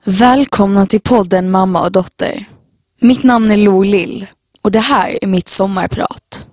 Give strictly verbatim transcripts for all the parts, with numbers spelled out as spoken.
Välkomna till podden Mamma och dotter. Mitt namn är Lo Lill och det här är mitt sommarprat.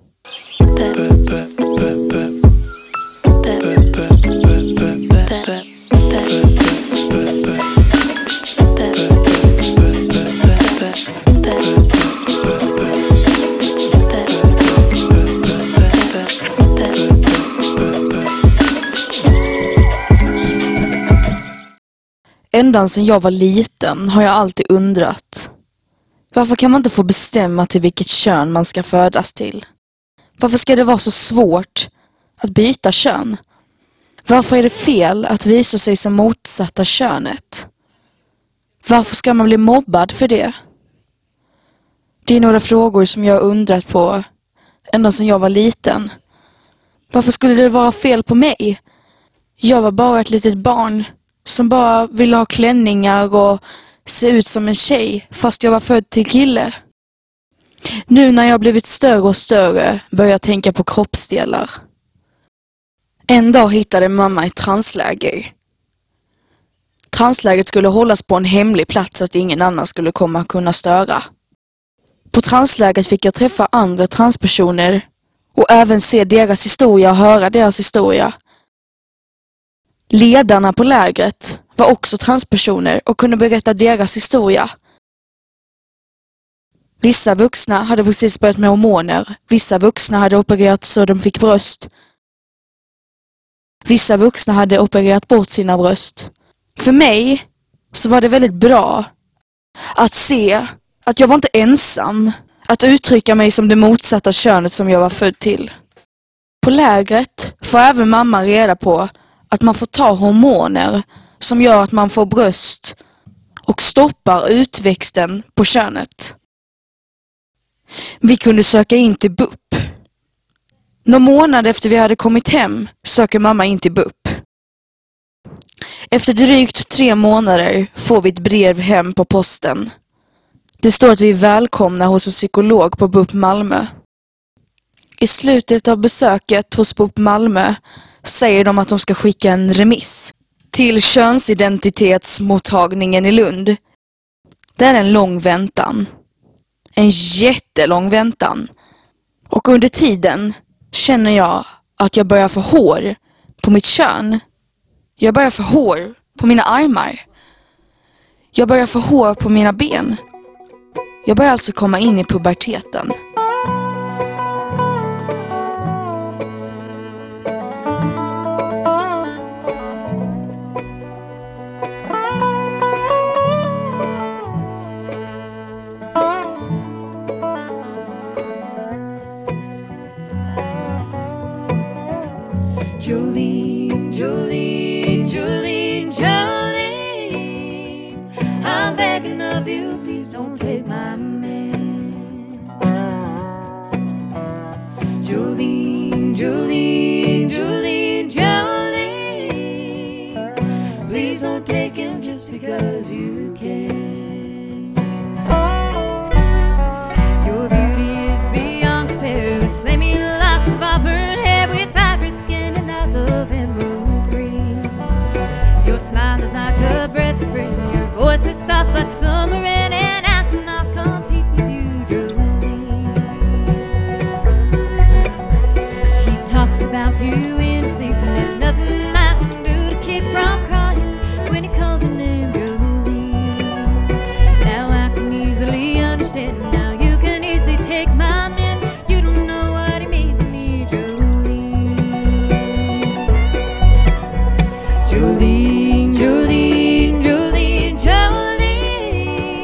Ända sedan jag var liten har jag alltid undrat: varför kan man inte få bestämma till vilket kön man ska födas till? Varför ska det vara så svårt att byta kön? Varför är det fel att visa sig som motsatta könet? Varför ska man bli mobbad för det? Det är några frågor som jag har undrat på ända sedan jag var liten. Varför skulle det vara fel på mig? Jag var bara ett litet barn som bara ville ha klänningar och se ut som en tjej fast jag var född till kille. Nu när jag blivit större och större börjar jag tänka på kroppsdelar. En dag hittade mamma ett transläger. Translägret skulle hållas på en hemlig plats så att ingen annan skulle komma kunna störa. På translägret fick jag träffa andra transpersoner och även se deras historia och höra deras historia. Ledarna på lägret var också transpersoner och kunde berätta deras historia. Vissa vuxna hade precis börjat med hormoner. Vissa vuxna hade opererat så de fick bröst. Vissa vuxna hade opererat bort sina bröst. För mig så var det väldigt bra att se att jag var inte ensam. Att uttrycka mig som det motsatta könet som jag var född till. På lägret får även mamma reda på att man får ta hormoner som gör att man får bröst och stoppar utväxten på könet. Vi kunde söka in till B U P. Någon månad efter vi hade kommit hem söker mamma in till B U P. Efter drygt tre månader får vi ett brev hem på posten. Det står att vi är välkomna hos en psykolog på B U P Malmö. I slutet av besöket hos B U P Malmö säger de att de ska skicka en remiss till könsidentitetsmottagningen i Lund. Det är en lång väntan. En jättelång väntan. Och under tiden känner jag att jag börjar få hår på mitt kön. Jag börjar få hår på mina armar. Jag börjar få hår på mina ben. Jag börjar alltså komma in i puberteten. Jolene, Jolene, Jolene, Jolene, I'm begging of you, please don't take my man. Jolene, Jolene, Jolene, Jolene, please don't take him just because you can. Your beauty is beyond compare with flaming locks of auburn hair with ivory skin and eyes of emerald green. Your smile is like a breath of spring. Your voice is soft like summer rain, and I cannot compete with you, Jolene. He talks about you in his sleep, and there's nothing I can do to keep from crying when he calls your name, Jolene. Now I can easily understand. Now you can easily take my man. You don't know what he means to me, Jolene. Jolene, Jolene, Jolene, Jolene,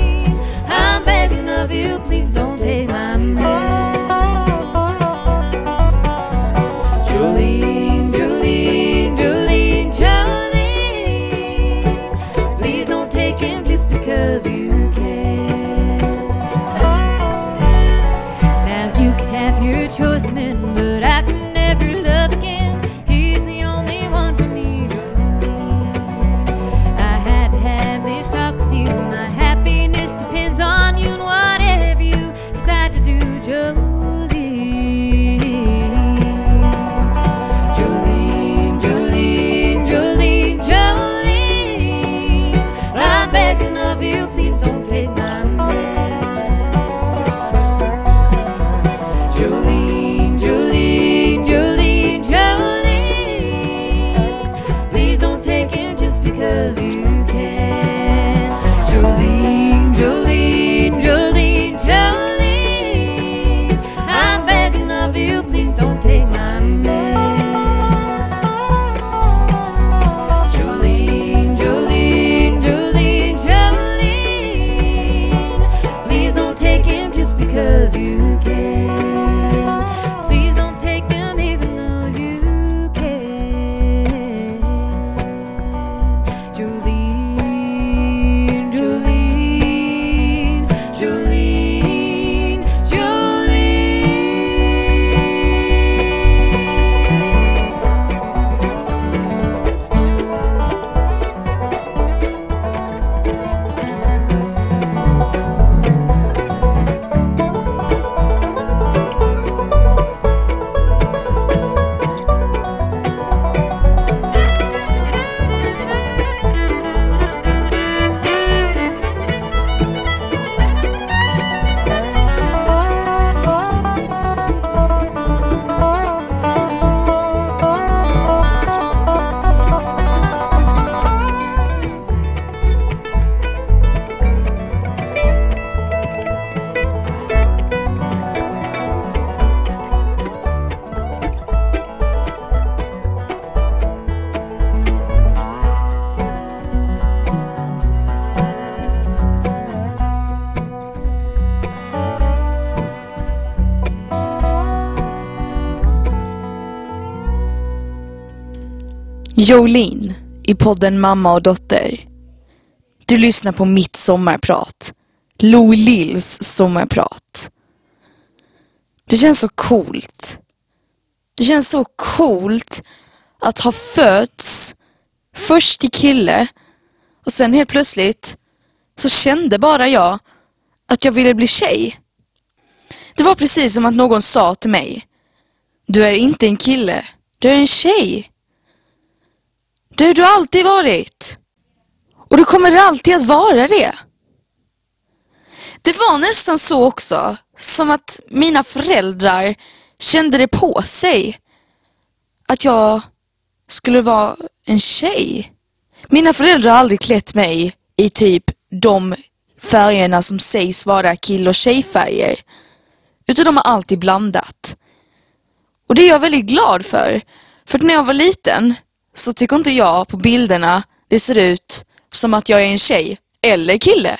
Jolene i podden Mamma och dotter. Du lyssnar på mitt sommarprat. Lo Lills sommarprat. Det känns så coolt. Det känns så coolt att ha fötts först till kille och sen helt plötsligt så kände bara jag att jag ville bli tjej. Det var precis som att någon sa till mig: du är inte en kille, du är en tjej. Det har du alltid varit. Och du kommer alltid att vara det. Det var nästan så också, som att mina föräldrar kände det på sig. Att jag skulle vara en tjej. Mina föräldrar har aldrig klätt mig i typ de färgerna som sägs vara kill- och tjejfärger. Utan de har alltid blandat. Och det är jag väldigt glad för. För när jag var liten så tycker inte jag på bilderna det ser ut som att jag är en tjej eller kille.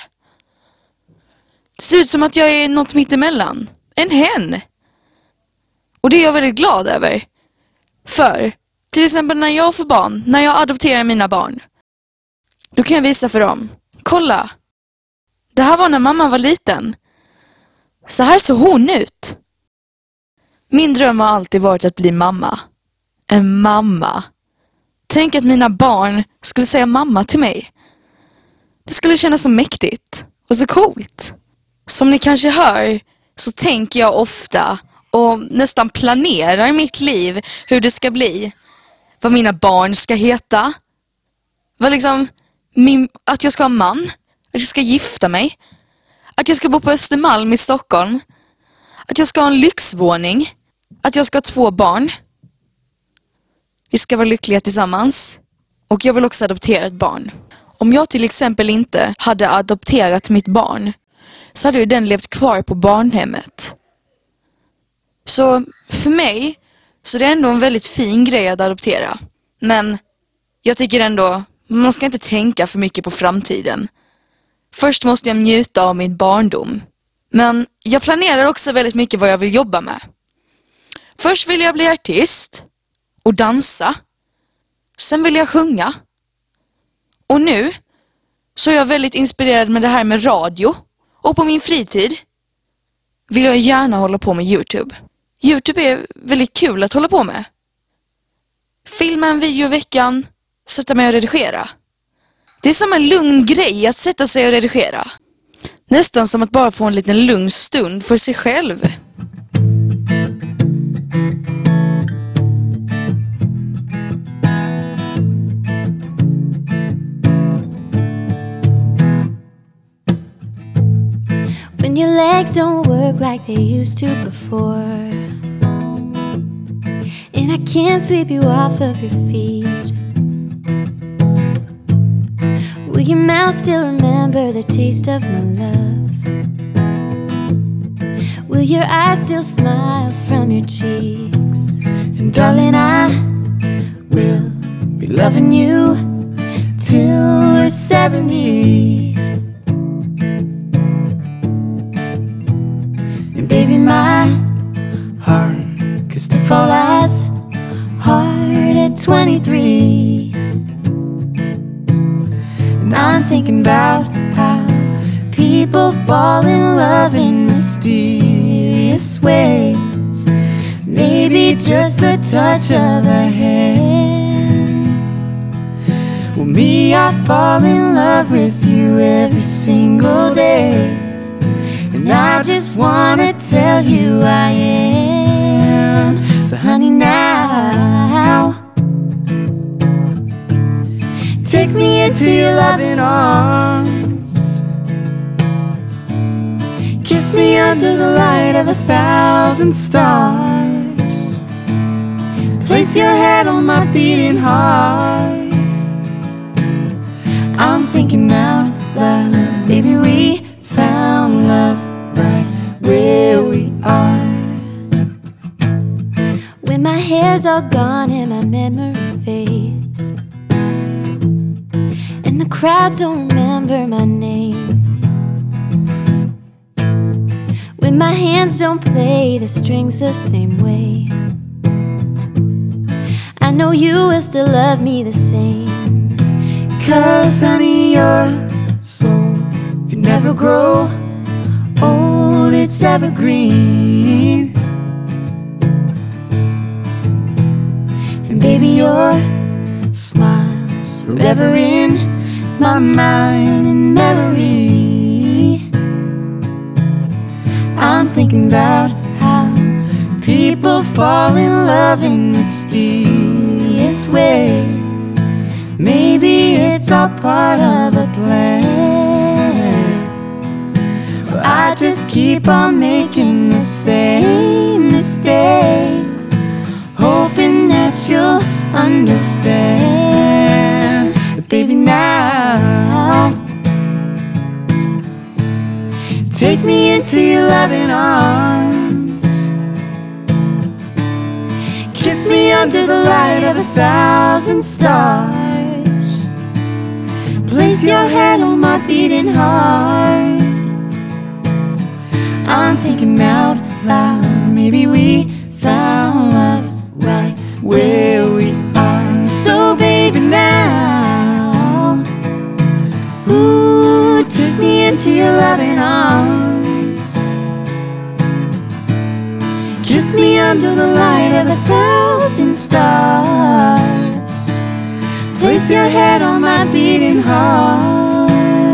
Det ser ut som att jag är något mittemellan. En hen. Och det är jag väldigt glad över. För till exempel när jag får barn, när jag adopterar mina barn, då kan jag visa för dem: kolla, det här var när mamma var liten. Så här såg hon ut. Min dröm har alltid varit att bli mamma. En mamma. Tänk att mina barn skulle säga mamma till mig. Det skulle kännas så mäktigt och så coolt. Som ni kanske hör så tänker jag ofta och nästan planerar mitt liv hur det ska bli. Vad mina barn ska heta. Vad liksom, min, att jag ska ha man. Att jag ska gifta mig. Att jag ska bo på Östermalm i Stockholm. Att jag ska ha en lyxvåning. Att jag ska ha två barn. Vi ska vara lyckliga tillsammans. Och jag vill också adoptera ett barn. Om jag till exempel inte hade adopterat mitt barn så hade ju den levt kvar på barnhemmet. Så för mig så är det ändå en väldigt fin grej att adoptera. Men jag tycker ändå man ska inte tänka för mycket på framtiden. Först måste jag njuta av min barndom. Men jag planerar också väldigt mycket vad jag vill jobba med. Först vill jag bli artist och dansa. Sen vill jag sjunga. Och nu så är jag väldigt inspirerad med det här med radio. Och på min fritid vill jag gärna hålla på med YouTube. YouTube är väldigt kul att hålla på med. Filma en video i veckan, sätta mig och redigera. Det är som en lugn grej att sätta sig och redigera. Nästan som att bara få en liten lugn stund för sig själv. When your legs don't work like they used to before, and I can't sweep you off of your feet, will your mouth still remember the taste of my love? Will your eyes still smile from your cheeks? And darling, I will be loving you till we're seventy. And baby, my heart could still fall as hard at twenty-three. And I'm thinking about how people fall in love in mysterious ways. Maybe just the touch of a hand. Well, me, I fall in love with you every single day. And I just wanna tell you I am. So honey, now take me into your loving arms. Kiss me under the light of a thousand stars. Place your head on my beating heart. I'm thinking out loud, baby, we found love right where we are. When my hair's all gone and my memory fades, and the crowds don't remember my name, when my hands don't play the strings the same way, I know you will still love me the same. 'Cause honey, your soul can never grow old, it's evergreen. And baby, your smile's forever in my mind and memory. I'm thinking about how people fall in love in mysterious ways. Maybe it's all part of a plan, but I just keep on making the same mistakes, hoping that you'll understand. But baby, now take me into your loving arms, kiss me under the light of a thousand stars, place your head on my beating heart. I'm thinking out loud, maybe we found love right where we are. So baby, now, ooh, take me into your loving arms, kiss me under the light of a thousand stars, place your head on my beating heart.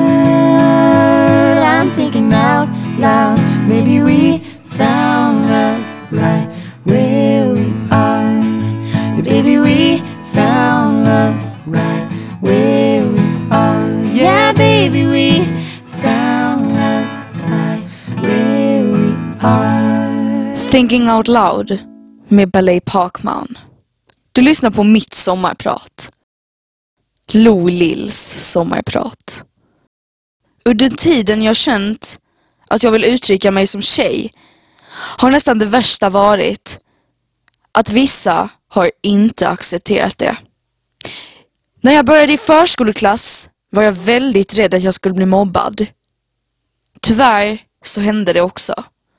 I'm thinking out loud, maybe we found love right where we are. Baby, we found love right where we are. Yeah, baby, we found love right where we are. Thinking Out Loud med Ballet Parkman. Du lyssnar på mitt sommarprat. Lo Lills sommarprat. Under tiden jag känt att jag vill uttrycka mig som tjej har nästan det värsta varit att vissa har inte accepterat det. När jag började i förskoleklass var jag väldigt rädd att jag skulle bli mobbad. Tyvärr så hände det också.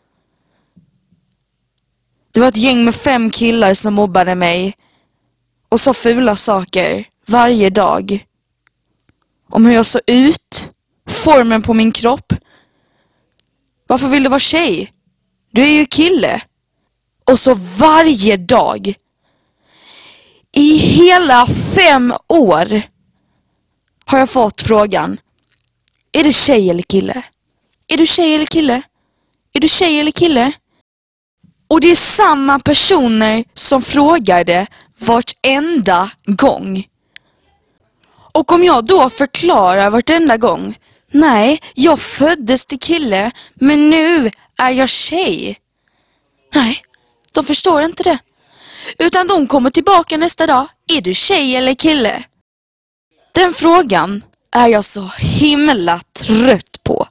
Det var ett gäng med fem killar som mobbade mig och sa fula saker varje dag. Om hur jag såg ut, formen på min kropp. Varför vill du vara tjej? Du är ju kille. Och så varje dag. I hela fem år har jag fått frågan: är det tjej eller kille? Är du tjej eller kille? Är du tjej eller kille? Och det är samma personer som frågar det vartenda gång. Och om jag då förklarar vartenda gång: nej, jag föddes till kille, men nu är jag tjej. Nej, de förstår inte det. Utan de kommer tillbaka nästa dag: är du tjej eller kille? Den frågan är jag så himla trött på.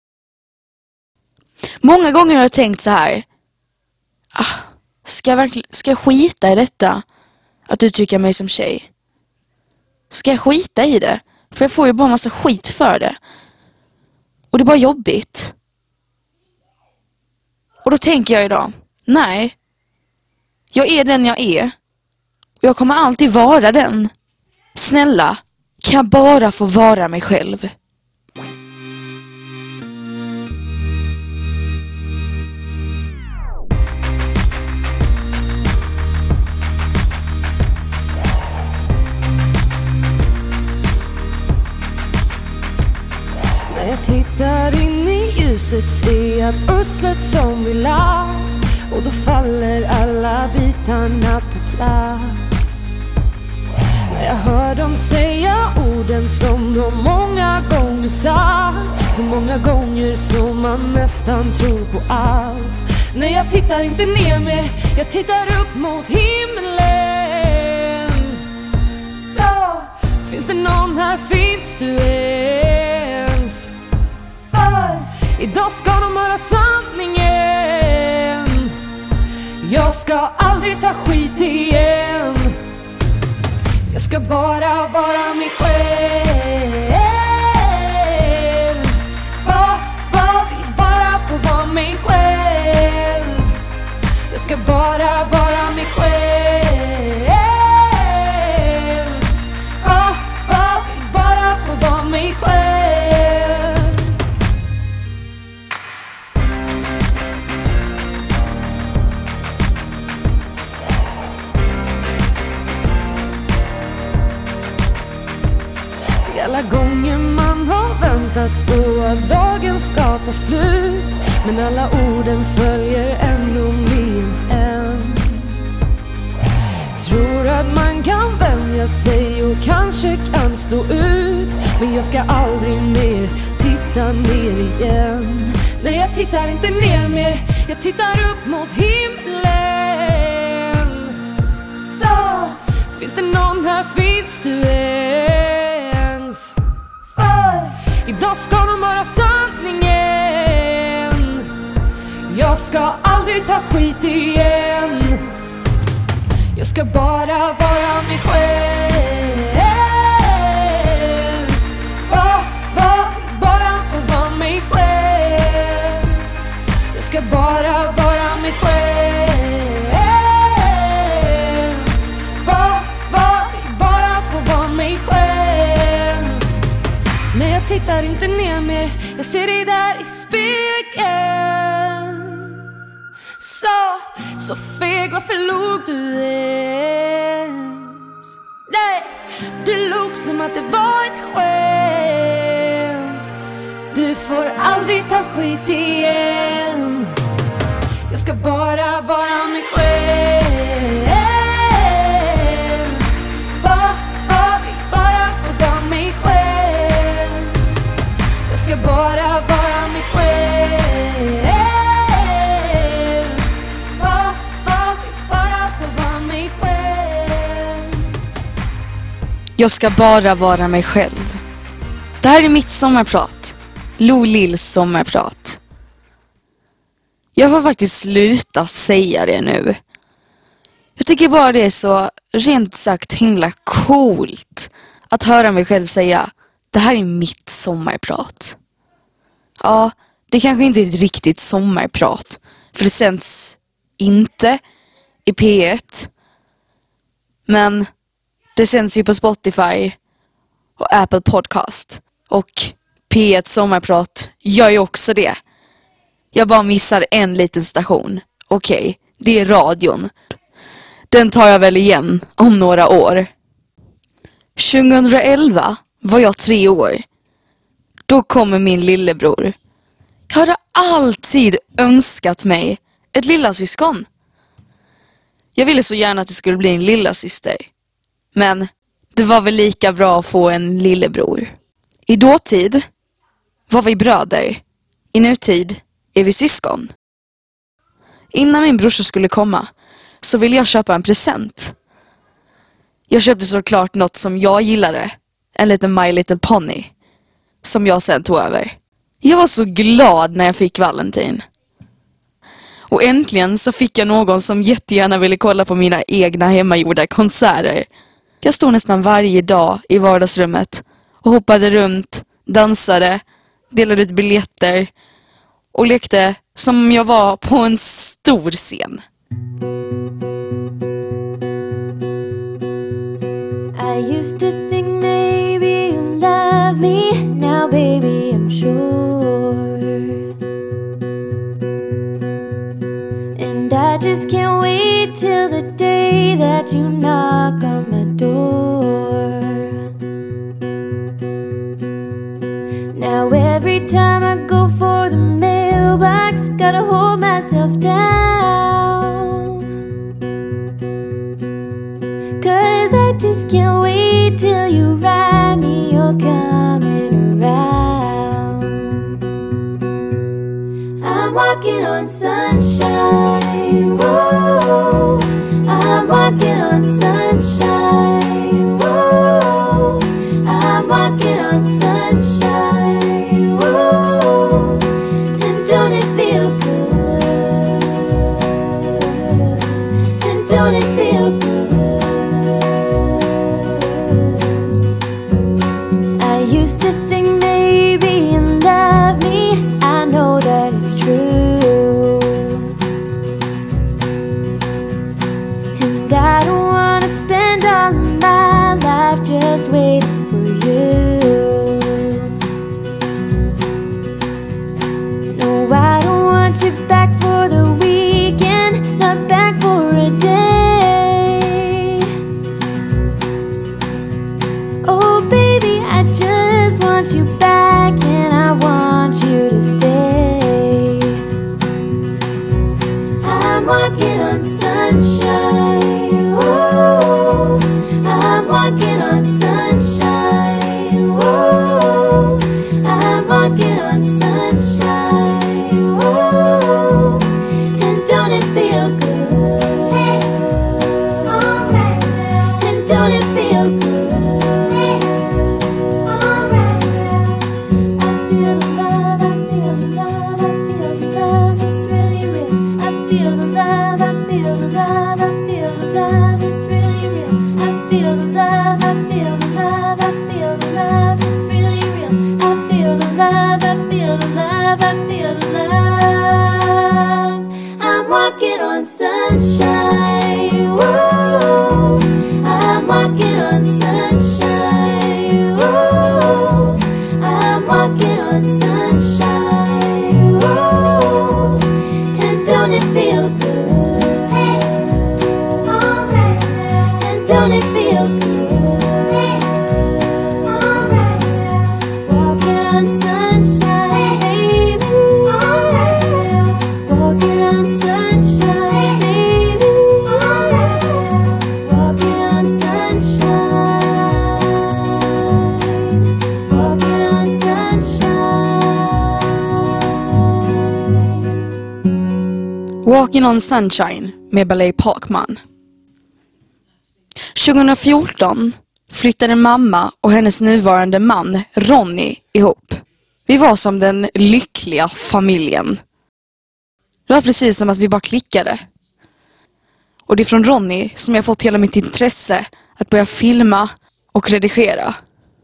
Många gånger har jag tänkt så här: ah, ska jag verkligen, ska jag skita i detta? Att uttrycka mig som tjej? Ska jag skita i det? För jag får ju bara massa skit för det. Och det är bara jobbigt. Och då tänker jag idag: nej, jag är den jag är. Och jag kommer alltid vara den. Snälla, kan jag bara få vara mig själv? När jag tittar in i ljuset ser jag pusslet som vi lagt, och då faller alla bitarna på plats. När jag hör dem säga orden som de många gånger sagt, så många gånger som man nästan tror på allt. När jag tittar inte ner mig, jag tittar upp mot himlen. Så finns det någon här, finns du ens? För idag ska de höra sanningen. Jag ska aldrig ta skit igen. Jag ska bara vara mig själv. Bara, bara, vill bara få vara mig själv. Jag ska bara vara mig själv. ta slut, men alla orden följer ändå min hem. Tror att man kan vänja sig och kanske kan stå ut, men jag ska aldrig mer titta ner igen. Nej, jag tittar inte ner mer, jag tittar upp mot himlen. Så, finns det någon här, finns du ens? För idag ska de höra sanningen. Jag ska aldrig ta skit igen. Jag ska bara vara mig själv. Bara, bara, bara få vara mig själv. Jag ska bara vara mig själv. Bara, bara, bara få vara mig själv. Men jag tittar inte ner mer, jag ser dig där i spegeln. Så, så feg, varför log du ens? Nej, du log som att det var ett skämt. Du får aldrig ta skit igen. Jag ska bara vara mig själv. Bara, bara, bara få vara mig själv. Jag ska bara vara mig själv. Jag ska bara vara mig själv. Det här är mitt sommarprat. Lo Lills sommarprat. Jag får faktiskt sluta säga det nu. Jag tycker bara det är så rent sagt himla coolt att höra mig själv säga: det här är mitt sommarprat. Ja, det kanske inte är ett riktigt sommarprat, för det sänds inte i P ett. Men det sänds ju på Spotify och Apple Podcast. Och P ett sommarprat gör ju också det. Jag bara missar en liten station. Okej, okay, det är radion. Den tar jag väl igen om några år. tjugoelva var jag tre år. Då kommer min lillebror. Jag hade alltid önskat mig ett lilla syskon. Jag ville så gärna att det skulle bli en lilla syster. Men det var väl lika bra att få en lillebror. I dåtid var vi bröder. I nutid är vi syskon. Innan min brorsa skulle komma så ville jag köpa en present. Jag köpte såklart något som jag gillade. En liten My Little Pony. Som jag sen tog över. Jag var så glad när jag fick Valentin. Och äntligen så fick jag någon som jättegärna ville kolla på mina egna hemmagjorda konserter. Jag stod nästan varje dag i vardagsrummet och hoppade runt, dansade, delade ut biljetter och lekte som jag var på en stor scen. I used to think maybe you love me. Now baby I'm sure. And I just can't wait till the day that you knock on my door. Now every time I go for the mailbox, gotta hold myself down, 'cause I just can't wait till you write me you're coming around. I'm walking on sunshine, whoa. I'm walking on sunshine, whoa. I'm walking on sunshine, whoa. And don't it feel good? And don't it feel good? I used to think maybe you love me. I know that it's true. And I don't wanna feel the love, I feel the love. I'm walking on sunshine. Whoa. I'm walking on sunshine. Whoa. I'm walking on sunshine. Whoa. And don't it feel good? Alright. And don't it feel good? Walking on Sunshine med Ballet Parkman. tjugo fjorton flyttade mamma och hennes nuvarande man Ronny ihop. Vi var som den lyckliga familjen. Det var precis som att vi bara klickade. Och det är från Ronny som jag fått hela mitt intresse att börja filma och redigera.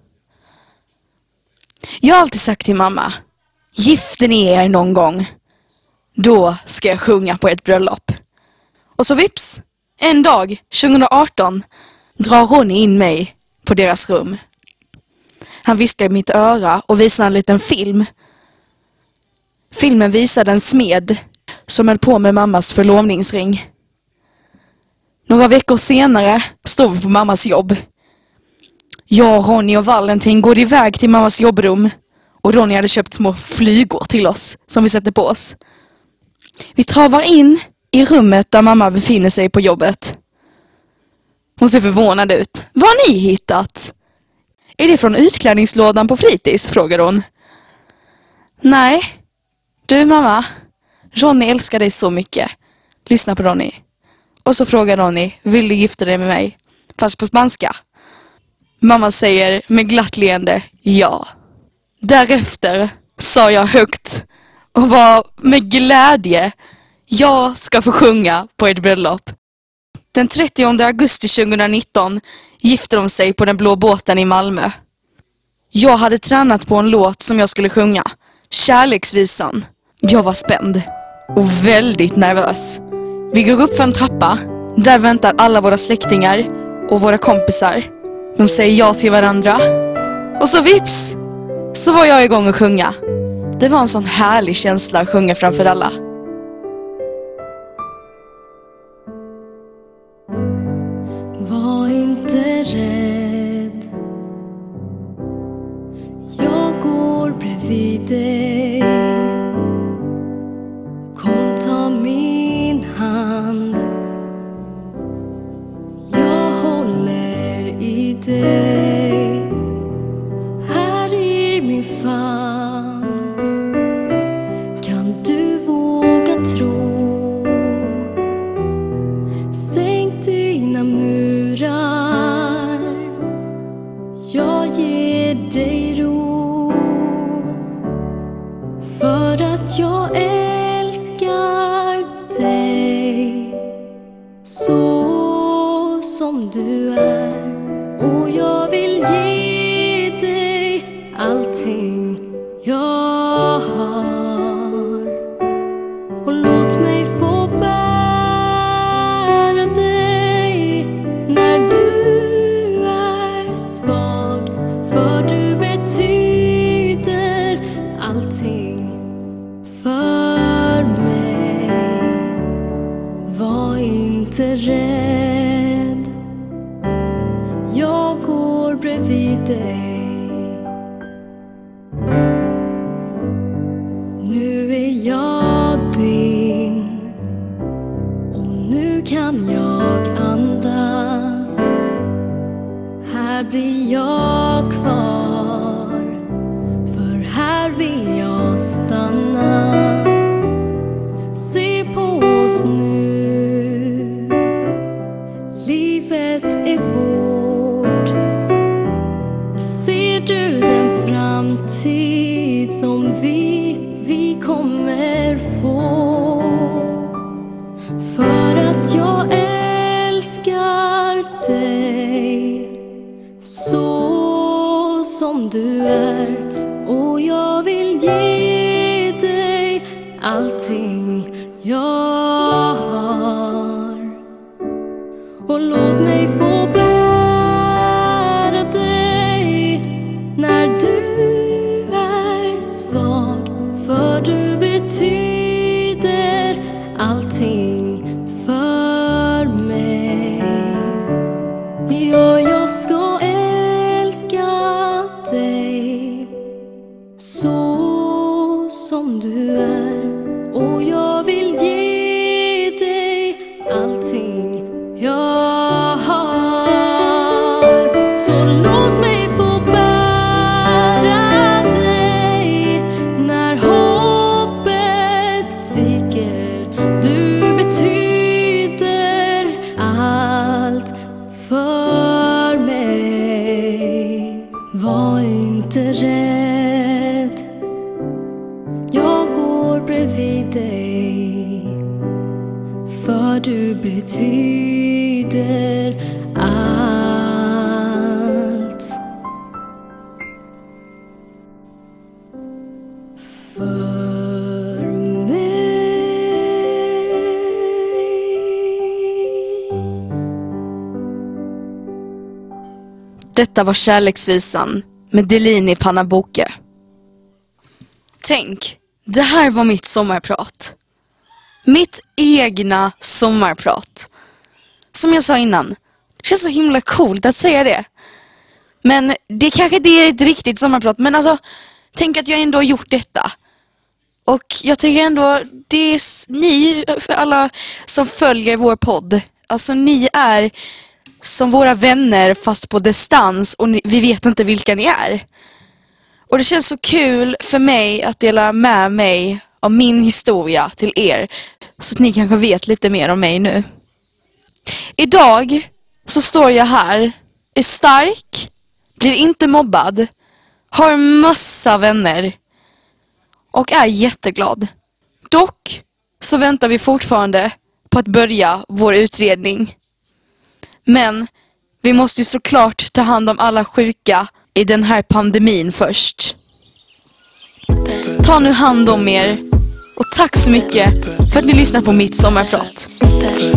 Jag har alltid sagt till mamma: gifter ni er någon gång, då ska jag sjunga på ett bröllop. Och så vips, en dag, tjugo arton, drar Ronny in mig på deras rum. Han viskar i mitt öra och visar en liten film. Filmen visade en smed som höll på med mammas förlovningsring. Några veckor senare stod vi på mammas jobb. Jag, Ronny och Valentin går iväg till mammas jobbrum. Och Ronny hade köpt små flygor till oss som vi sätter på oss. Vi travar in i rummet där mamma befinner sig på jobbet. Hon ser förvånad ut. Vad har ni hittat? Är det från utklädningslådan på fritids? Frågar hon. Nej. Du mamma, Ronny älskar dig så mycket. Lyssna på Ronny. Och så frågar Ronny, vill du gifta dig med mig? Fast på spanska. Mamma säger med glatt leende ja. Därefter sa jag högt och var med glädje: jag ska få sjunga på ett bröllop. Den trettionde augusti tjugonitton gifte de sig på den blå båten i Malmö. Jag hade tränat på en låt som jag skulle sjunga, Kärleksvisan. Jag var spänd och väldigt nervös. Vi går upp för en trappa. Där väntar alla våra släktingar och våra kompisar. De säger ja till varandra. Och så vips, så var jag igång att sjunga. Det var en sån härlig känsla att sjunga framför alla. Var inte rädd, jag går bredvid dig. Kom, ta min hand, jag håller i dig. Här i min famn kan du våga tro. Sänk dina murar, jag ger dig ro. För att jag älskar dig så som du är. Och jag vill ge dig allting jag har. Och låt mig få bära dig när du är svag. För du betyder allting för mig. Var inte rädd, jag går bredvid dig. Nu är jag din och nu kan jag andas. Här blir jag kvar, för här vill jag stanna. Se på oss nu, livet är vårt. Ser du den framtid som vi, vi kommer få? För att jag älskar dig så allting jag har. Och låt mig få bära dig när du är svag, för du betyder allting för mig. Ja, jag ska älska dig så som du är, och jag vill ge dig allting jag har. Så låt mig få bära dig när hoppet sviker. Du betyder allt för mig. Var inte rädd, jag går bredvid dig, för du betyder allt för mig. Detta var Kärleksvisan med Delini Panaboke. Tänk, det här var mitt sommarprat. Mitt egna sommarprat. Som jag sa innan, det känns så himla coolt att säga det. Men det kanske inte är ett riktigt sommarprat. Men alltså, tänk att jag ändå har gjort detta. Och jag tycker ändå, det är ni, för alla som följer vår podd. Alltså ni är som våra vänner fast på distans, och ni, vi vet inte vilka ni är. Och det känns så kul för mig att dela med mig av min historia till er, så att ni kanske vet lite mer om mig nu. Idag så står jag här, är stark, blir inte mobbad, har massa vänner och är jätteglad. Dock så väntar vi fortfarande på att börja vår utredning. Men vi måste ju såklart ta hand om alla sjuka i den här pandemin först. Ta nu hand om er, och tack så mycket för att ni lyssnar på mitt sommarprat.